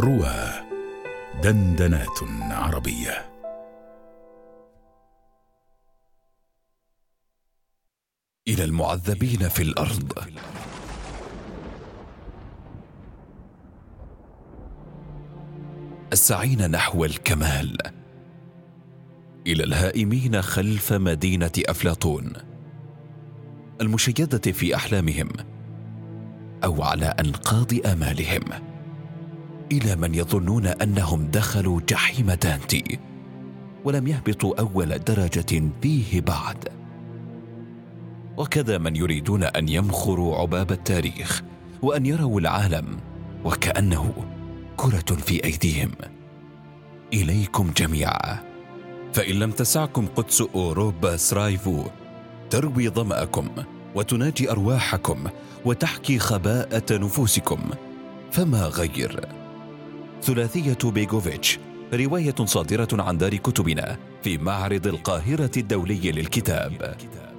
روى دندنات عربية. إلى المعذبين في الأرض، السعين نحو الكمال، إلى الهائمين خلف مدينة أفلاطون، المشيدة في أحلامهم أو على أنقاض آمالهم، إلى من يظنون أنهم دخلوا جحيم دانتي ولم يهبطوا أول درجة فيه بعد، وكذا من يريدون أن يمخروا عباب التاريخ وأن يروا العالم وكأنه كرة في أيديهم. إليكم جميعا، فإن لم تسعكم قدس أوروبا سرايفو تروي ظمأكم وتناجي أرواحكم وتحكي خباءة نفوسكم، فما غير. ثلاثية بيغوفيتش، رواية صادرة عن دار كتبنا في معرض القاهرة الدولي للكتاب.